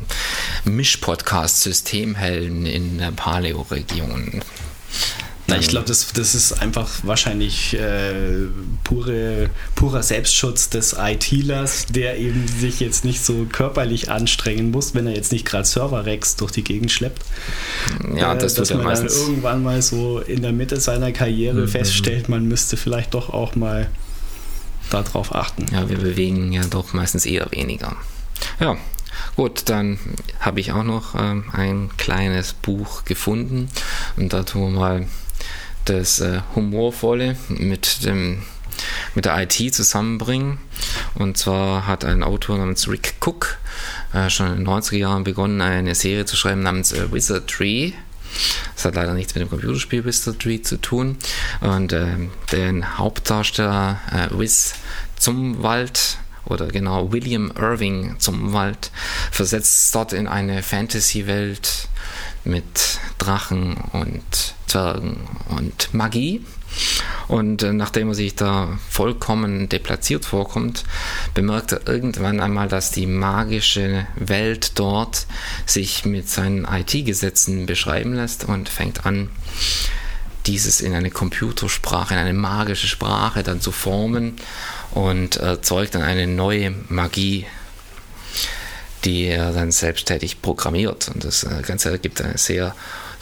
Misch-Podcast-Systemhelden in der Paleo-Region. Na, ich glaube, das, das ist einfach wahrscheinlich äh, pure, purer Selbstschutz des ITlers, der eben sich jetzt nicht so körperlich anstrengen muss, wenn er jetzt nicht gerade Server-Racks durch die Gegend schleppt. Ja, das äh, dass wird man ja meistens dann irgendwann mal so in der Mitte seiner Karriere mhm. feststellt, man müsste vielleicht doch auch mal darauf achten. Ja, wir bewegen ja doch meistens eher weniger. Ja. Gut, dann habe ich auch noch ähm, ein kleines Buch gefunden und da tun wir mal das äh, Humorvolle mit dem mit der I T zusammenbringen. Und zwar hat ein Autor namens Rick Cook äh, schon in den neunziger Jahren begonnen, eine Serie zu schreiben namens äh, Wizardry. Das hat leider nichts mit dem Computerspiel Wizardry zu tun. Und äh, den Hauptdarsteller äh, Wiz Zumwalt oder genau William Irving Zumwalt versetzt dort in eine Fantasy-Welt mit Drachen und Zwergen und Magie. Und äh, nachdem er sich da vollkommen deplatziert vorkommt, bemerkt er irgendwann einmal, dass die magische Welt dort sich mit seinen I T-Gesetzen beschreiben lässt und fängt an, dieses in eine Computersprache, in eine magische Sprache dann zu formen und erzeugt dann eine neue Magie, die er dann selbsttätig programmiert. Und das Ganze ergibt eine sehr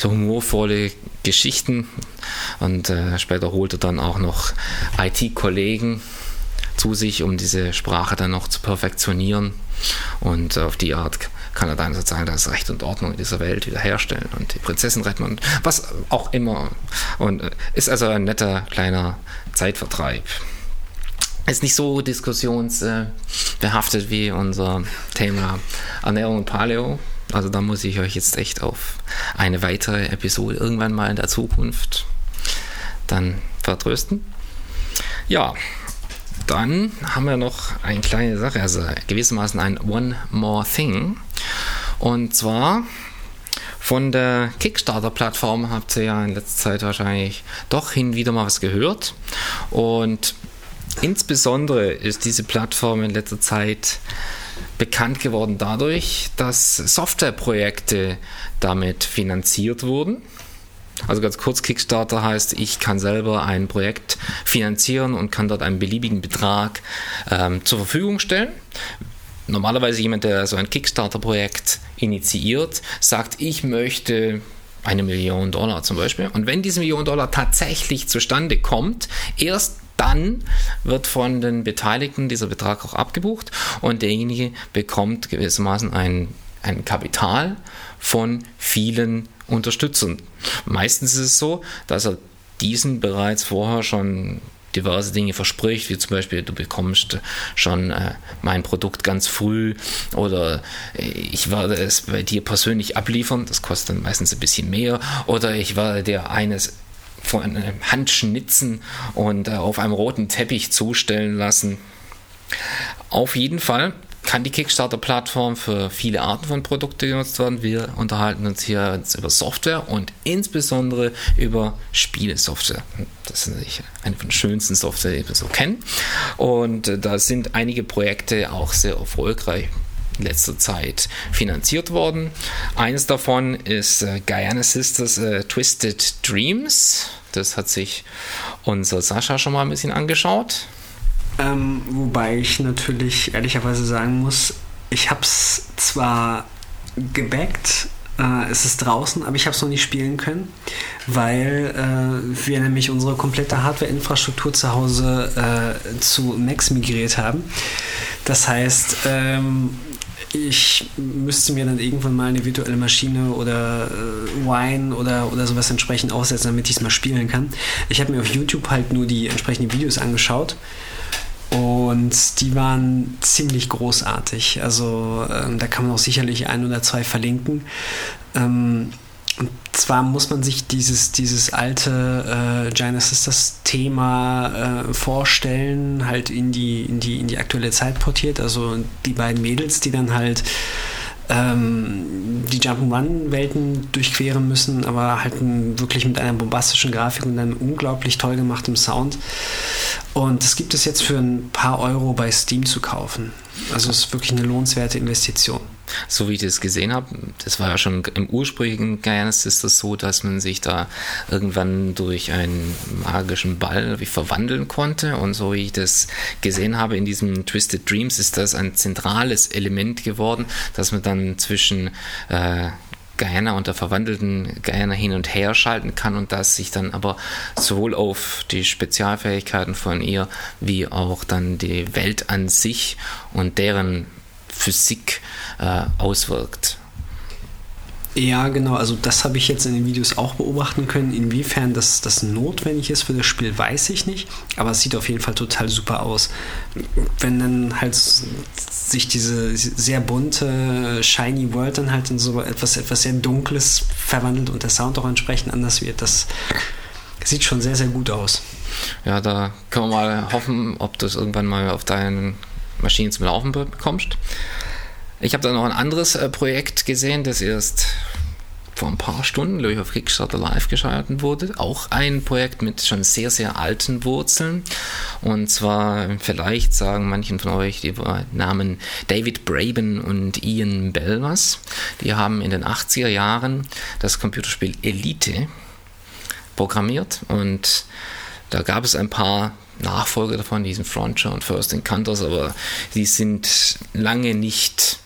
so humorvolle Geschichten und äh, später holt er dann auch noch I T-Kollegen zu sich, um diese Sprache dann noch zu perfektionieren, und auf die Art kann er dann sozusagen das Recht und Ordnung in dieser Welt wiederherstellen und die Prinzessin retten und was auch immer, und ist also ein netter kleiner Zeitvertreib. Ist nicht so diskussionsbehaftet wie unser Thema Ernährung und Paleo. Also da muss ich euch jetzt echt auf eine weitere Episode irgendwann mal in der Zukunft dann vertrösten. Ja, dann haben wir noch eine kleine Sache, also gewissermaßen ein One More Thing. Und zwar von der Kickstarter-Plattform habt ihr ja in letzter Zeit wahrscheinlich doch hin und wieder mal was gehört. Und insbesondere ist diese Plattform in letzter Zeit bekannt geworden dadurch, dass Softwareprojekte damit finanziert wurden. Also ganz kurz, Kickstarter heißt, ich kann selber ein Projekt finanzieren und kann dort einen beliebigen Betrag ähm, zur Verfügung stellen. Normalerweise jemand, der so ein Kickstarter-Projekt initiiert, sagt, ich möchte eine Million Dollar zum Beispiel. Und wenn diese Million Dollar tatsächlich zustande kommt, erst dann wird von den Beteiligten dieser Betrag auch abgebucht und derjenige bekommt gewissermaßen ein, ein Kapital von vielen Unterstützern. Meistens ist es so, dass er diesen bereits vorher schon diverse Dinge verspricht, wie zum Beispiel, du bekommst schon äh, mein Produkt ganz früh oder ich werde es bei dir persönlich abliefern, das kostet dann meistens ein bisschen mehr, oder ich werde dir eines von einem Handschnitzen und äh, auf einem roten Teppich zustellen lassen. Auf jeden Fall kann die Kickstarter-Plattform für viele Arten von Produkten genutzt werden. Wir unterhalten uns hier über Software und insbesondere über Spielesoftware. Das ist natürlich eine von den schönsten Software, die wir so kennen. Und äh, da sind einige Projekte auch sehr erfolgreich in letzter Zeit finanziert worden. Eines davon ist äh, Guyana Sisters äh, Twisted Dreams. Das hat sich unser Sascha schon mal ein bisschen angeschaut. Ähm, wobei ich natürlich ehrlicherweise sagen muss, ich habe es zwar gebackt, äh, es ist draußen, aber ich habe es noch nicht spielen können, weil äh, wir nämlich unsere komplette Hardware-Infrastruktur zu Hause äh, zu Macs migriert haben. Das heißt, ähm, ich müsste mir dann irgendwann mal eine virtuelle Maschine oder äh, Wine oder, oder sowas entsprechend aufsetzen, damit ich es mal spielen kann. Ich habe mir auf YouTube halt nur die entsprechenden Videos angeschaut und die waren ziemlich großartig. Also ähm, da kann man auch sicherlich ein oder zwei verlinken. Ähm, und zwar muss man sich dieses, dieses alte äh, Guyana Sisters Thema äh, vorstellen, halt in die, in, die, in die aktuelle Zeit portiert. Also die beiden Mädels, die dann halt ähm, die Jump'n'Run-Welten durchqueren müssen, aber halt ein, wirklich mit einer bombastischen Grafik und einem unglaublich toll gemachtem Sound. Und das gibt es jetzt für ein paar Euro bei Steam zu kaufen. Also es ist wirklich eine lohnenswerte Investition. So wie ich das gesehen habe, das war ja schon im ursprünglichen Guyana Sisters so, dass man sich da irgendwann durch einen magischen Ball wie verwandeln konnte, und so wie ich das gesehen habe in diesem Twisted Dreams, ist das ein zentrales Element geworden, dass man dann zwischen äh, Guyana und der verwandelten Guyana hin und her schalten kann, und das sich dann aber sowohl auf die Spezialfähigkeiten von ihr wie auch dann die Welt an sich und deren Physik äh, auswirkt. Ja, genau, also das habe ich jetzt in den Videos auch beobachten können. Inwiefern das, das notwendig ist für das Spiel, weiß ich nicht, aber es sieht auf jeden Fall total super aus. Wenn dann halt sich diese sehr bunte, shiny World dann halt in so etwas, etwas sehr Dunkles verwandelt und der Sound auch entsprechend anders wird, das sieht schon sehr, sehr gut aus. Ja, da können wir mal hoffen, ob du es irgendwann mal auf deinen Maschinen zum Laufen bekommst. Ich habe da noch ein anderes äh, Projekt gesehen, das erst vor ein paar Stunden, glaube ich, auf Kickstarter live geschaltet wurde. Auch ein Projekt mit schon sehr, sehr alten Wurzeln. Und zwar, vielleicht sagen manchen von euch die Namen David Braben und Ian Bell was. Die haben in den achtziger Jahren das Computerspiel Elite programmiert, und da gab es ein paar Nachfolger davon, diesen Frontier und First Encounters, aber die sind lange nicht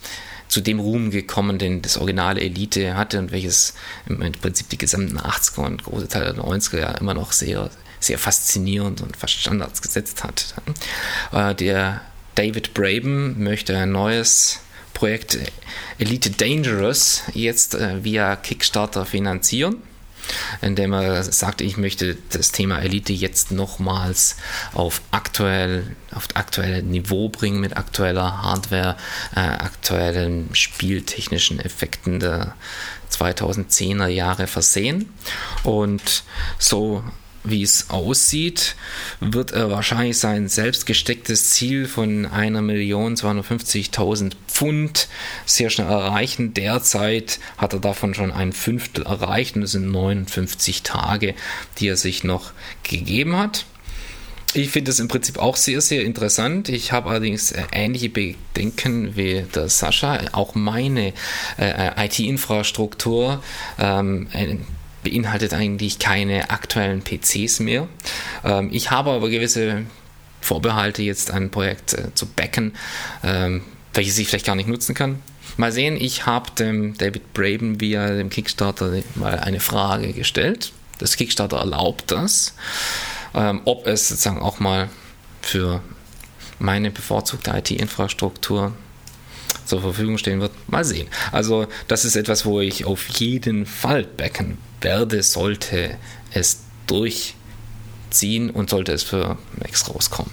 zu dem Ruhm gekommen, den das originale Elite hatte und welches im Prinzip die gesamten achtziger und große Teile der neunziger ja immer noch sehr, sehr faszinierend und fast Standards gesetzt hat. Äh, der David Braben möchte ein neues Projekt Elite Dangerous jetzt äh, via Kickstarter finanzieren, indem er sagte, ich möchte das Thema Elite jetzt nochmals auf aktuell, auf aktuelles Niveau bringen, mit aktueller Hardware, äh, aktuellen spieltechnischen Effekten der zweitausendzehner Jahre versehen. Und so wie es aussieht, wird er wahrscheinlich sein selbst gestecktes Ziel von eine Million zweihundertfünfzigtausend Pfund sehr schnell erreichen. Derzeit hat er davon schon ein Fünftel erreicht und es sind neunundfünfzig Tage, die er sich noch gegeben hat. Ich finde es im Prinzip auch sehr, sehr interessant. Ich habe allerdings ähnliche Bedenken wie der Sascha. Auch meine äh, I T-Infrastruktur ähm, ein beinhaltet eigentlich keine aktuellen P Cs mehr. Ähm, ich habe aber gewisse Vorbehalte, jetzt ein Projekt äh, zu backen, ähm, welches ich vielleicht gar nicht nutzen kann. Mal sehen, ich habe dem David Braben via dem Kickstarter mal eine Frage gestellt. Das Kickstarter erlaubt das. Ähm, ob es sozusagen auch mal für meine bevorzugte I T-Infrastruktur zur Verfügung stehen wird, mal sehen. Also das ist etwas, wo ich auf jeden Fall backen werde, sollte es durchziehen und sollte es für Macs rauskommen.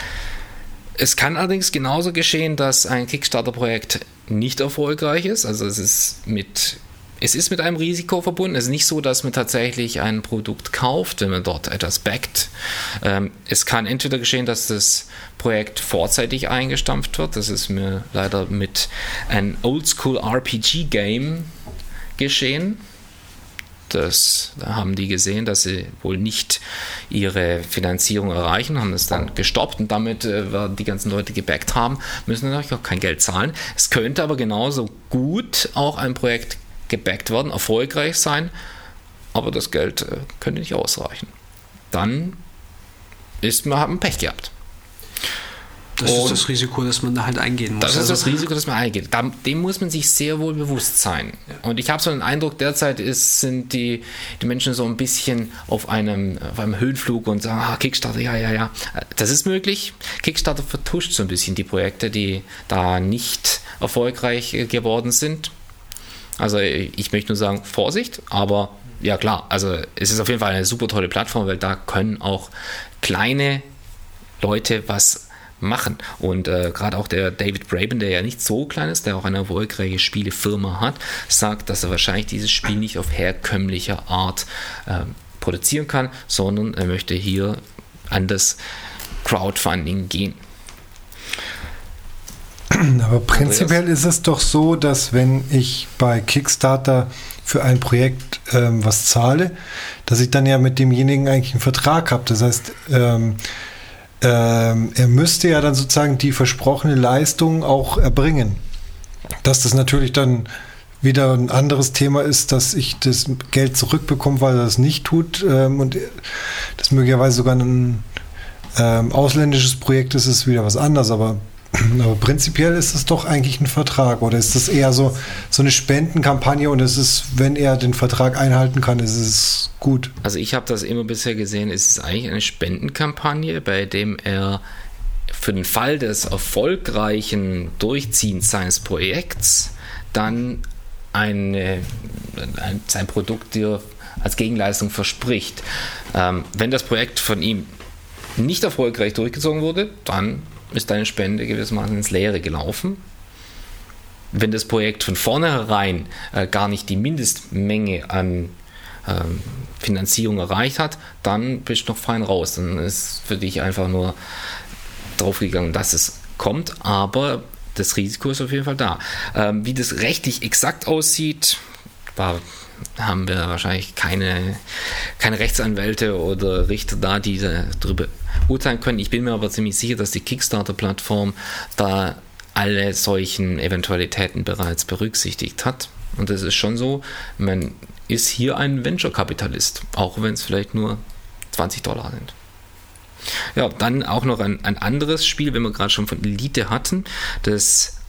Es kann allerdings genauso geschehen, dass ein Kickstarter-Projekt nicht erfolgreich ist. Also es ist mit Es ist mit einem Risiko verbunden. Es ist nicht so, dass man tatsächlich ein Produkt kauft, wenn man dort etwas backt. Ähm, es kann entweder geschehen, dass das Projekt vorzeitig eingestampft wird. Das ist mir leider mit einem Oldschool R P G-Game geschehen. Das, da haben die gesehen, dass sie wohl nicht ihre Finanzierung erreichen, haben das dann gestoppt und damit äh, werden die ganzen Leute gebackt haben, müssen natürlich auch kein Geld zahlen. Es könnte aber genauso gut auch ein Projekt gebackt werden, erfolgreich sein, aber das Geld äh, könnte nicht ausreichen. Dann ist man, hat man Pech gehabt. Das und ist das Risiko, das man da halt eingehen muss. Das ist also das Risiko, das man eingeht. Dem muss man sich sehr wohl bewusst sein. Ja. Und ich habe so den Eindruck, derzeit ist, sind die, die Menschen so ein bisschen auf einem, auf einem Höhenflug und sagen, ah, Kickstarter, ja, ja, ja. Das ist möglich. Kickstarter vertuscht so ein bisschen die Projekte, die da nicht erfolgreich geworden sind. Also ich möchte nur sagen, Vorsicht, aber ja klar, also es ist auf jeden Fall eine super tolle Plattform, weil da können auch kleine Leute was machen. Und äh, gerade auch der David Braben, der ja nicht so klein ist, der auch eine erfolgreiche Spielefirma hat, sagt, dass er wahrscheinlich dieses Spiel nicht auf herkömmlicher Art äh, produzieren kann, sondern er möchte hier an das Crowdfunding gehen. Aber prinzipiell ist es doch so, dass wenn ich bei Kickstarter für ein Projekt ähm, was zahle, dass ich dann ja mit demjenigen eigentlich einen Vertrag habe. Das heißt, ähm, ähm, er müsste ja dann sozusagen die versprochene Leistung auch erbringen. Dass das natürlich dann wieder ein anderes Thema ist, dass ich das Geld zurückbekomme, weil er das nicht tut ähm, und das möglicherweise sogar ein ähm, ausländisches Projekt ist, ist wieder was anderes, aber Aber prinzipiell ist es doch eigentlich ein Vertrag, oder ist das eher so, so eine Spendenkampagne und es ist, wenn er den Vertrag einhalten kann, ist es gut? Also ich habe das immer bisher gesehen, es ist eigentlich eine Spendenkampagne, bei dem er für den Fall des erfolgreichen Durchziehens seines Projekts dann eine, ein, sein Produkt dir als Gegenleistung verspricht. Ähm, wenn das Projekt von ihm nicht erfolgreich durchgezogen wurde, dann ist deine Spende gewissermaßen ins Leere gelaufen. Wenn das Projekt von vornherein äh, gar nicht die Mindestmenge an ähm, Finanzierung erreicht hat, dann bist du noch fein raus. Dann ist für dich einfach nur draufgegangen, dass es kommt, aber das Risiko ist auf jeden Fall da. Ähm, wie das rechtlich exakt aussieht, war haben wir wahrscheinlich keine, keine Rechtsanwälte oder Richter da, die darüber urteilen können. Ich bin mir aber ziemlich sicher, dass die Kickstarter-Plattform da alle solchen Eventualitäten bereits berücksichtigt hat. Und das ist schon so, man ist hier ein Venture-Kapitalist, auch wenn es vielleicht nur zwanzig Dollar sind. Ja, dann auch noch ein, ein anderes Spiel, wenn wir gerade schon von Elite hatten, das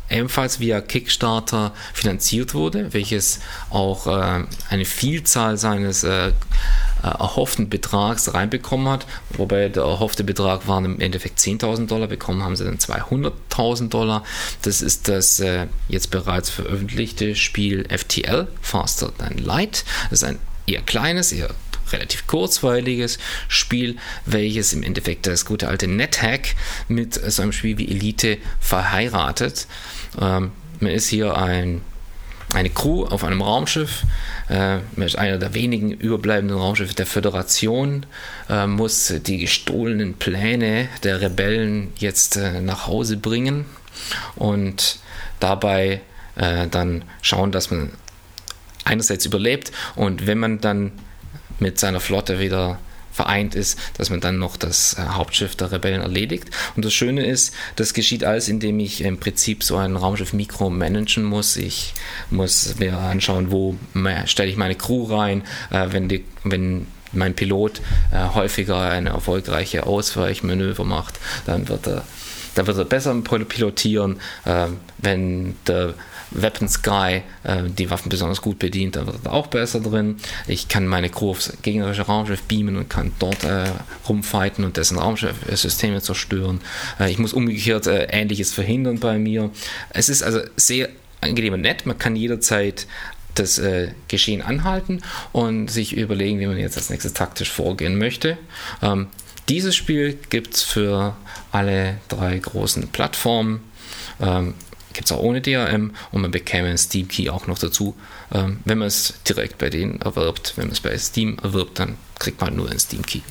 ebenfalls via Kickstarter finanziert wurde, welches auch äh, eine Vielzahl seines äh, erhofften Betrags reinbekommen hat, wobei der erhoffte Betrag waren im Endeffekt zehntausend Dollar, bekommen haben sie dann zweihunderttausend Dollar. Das ist das äh, jetzt bereits veröffentlichte Spiel F T L, Faster Than Light. Das ist ein eher kleines, eher relativ kurzweiliges Spiel, welches im Endeffekt das gute alte NetHack mit so einem Spiel wie Elite verheiratet. Ähm, man ist hier ein eine Crew auf einem Raumschiff, äh, mit einer der wenigen überbleibenden Raumschiffe der Föderation, äh, muss die gestohlenen Pläne der Rebellen jetzt äh, nach Hause bringen und dabei äh, dann schauen, dass man einerseits überlebt und wenn man dann mit seiner Flotte wieder vereint ist, dass man dann noch das Hauptschiff der Rebellen erledigt. Und das Schöne ist, das geschieht alles, indem ich im Prinzip so ein Raumschiff mikromanagen muss. Ich muss mir anschauen, wo stelle ich meine Crew rein, äh, wenn, die, wenn mein Pilot äh, häufiger eine erfolgreiche Ausweichmanöver macht, dann wird er, dann wird er besser pilotieren. Äh, wenn der Weapons Guy äh, die Waffen besonders gut bedient, da wird er auch besser drin. Ich kann meine Crew aufs gegnerische Raumschiff beamen und kann dort äh, rumfighten und dessen Raumschiffsysteme zerstören. Äh, ich muss umgekehrt äh, Ähnliches verhindern bei mir. Es ist also sehr angenehm und nett. Man kann jederzeit das äh, Geschehen anhalten und sich überlegen, wie man jetzt als nächstes taktisch vorgehen möchte. Ähm, dieses Spiel gibt es für alle drei großen Plattformen. Ähm, Gibt es auch ohne D R M und man bekäme einen Steam Key auch noch dazu. Ähm, wenn man es direkt bei denen erwirbt, wenn man es bei Steam erwirbt, dann kriegt man nur einen Steam Key.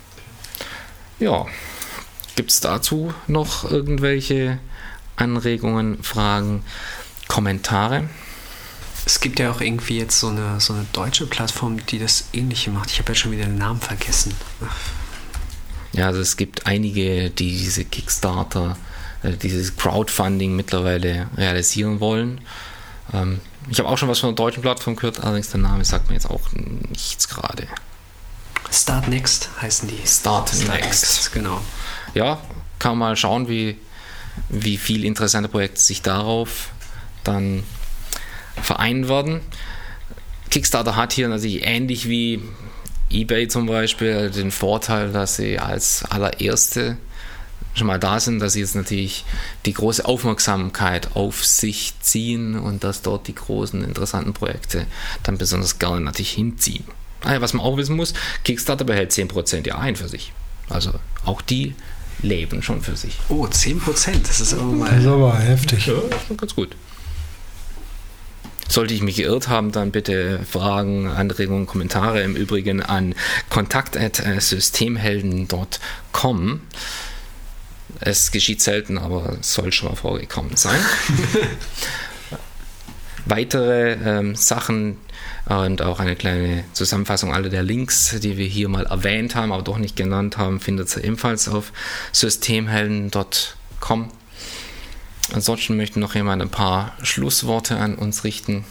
Ja, gibt es dazu noch irgendwelche Anregungen, Fragen, Kommentare? Es gibt ja auch irgendwie jetzt so eine, so eine deutsche Plattform, die das Ähnliche macht. Ich habe jetzt schon wieder den Namen vergessen. Ja, also es gibt einige, die diese Kickstarter dieses Crowdfunding mittlerweile realisieren wollen. Ähm, ich habe auch schon was von einer deutschen Plattform gehört, allerdings der Name sagt mir jetzt auch nichts gerade. Start Next heißen die. Start, Start Next. Next, genau. Ja, kann man mal schauen, wie, wie viele interessante Projekte sich darauf dann vereinen werden. Kickstarter hat hier natürlich ähnlich wie eBay zum Beispiel den Vorteil, dass sie als allererste schon mal da sind, dass sie jetzt natürlich die große Aufmerksamkeit auf sich ziehen und dass dort die großen, interessanten Projekte dann besonders gerne natürlich hinziehen. Also was man auch wissen muss, Kickstarter behält zehn Prozent ja ein für sich. Also auch die leben schon für sich. Oh, zehn Prozent, das ist aber mal... Das ist aber heftig. Ja, ganz gut. Sollte ich mich geirrt haben, dann bitte Fragen, Anregungen, Kommentare im Übrigen an kontakt at systemhelden punkt com. Es geschieht selten, aber es soll schon mal vorgekommen sein. Weitere ähm, Sachen und auch eine kleine Zusammenfassung aller der Links, die wir hier mal erwähnt haben, aber doch nicht genannt haben, findet ihr ebenfalls auf systemhelden punkt com. Ansonsten möchte noch jemand ein paar Schlussworte an uns richten.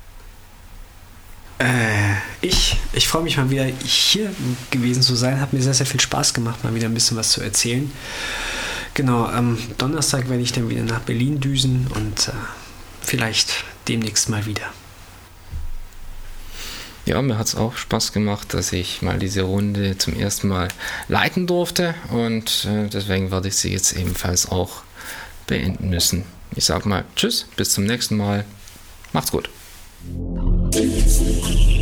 Äh, ich ich freue mich mal wieder hier gewesen zu sein. Hat mir sehr, sehr viel Spaß gemacht, mal wieder ein bisschen was zu erzählen. Genau, am Donnerstag werde ich dann wieder nach Berlin düsen und äh, vielleicht demnächst mal wieder. Ja, mir hat es auch Spaß gemacht, dass ich mal diese Runde zum ersten Mal leiten durfte und äh, deswegen werde ich sie jetzt ebenfalls auch beenden müssen. Ich sage mal Tschüss, bis zum nächsten Mal. Macht's gut.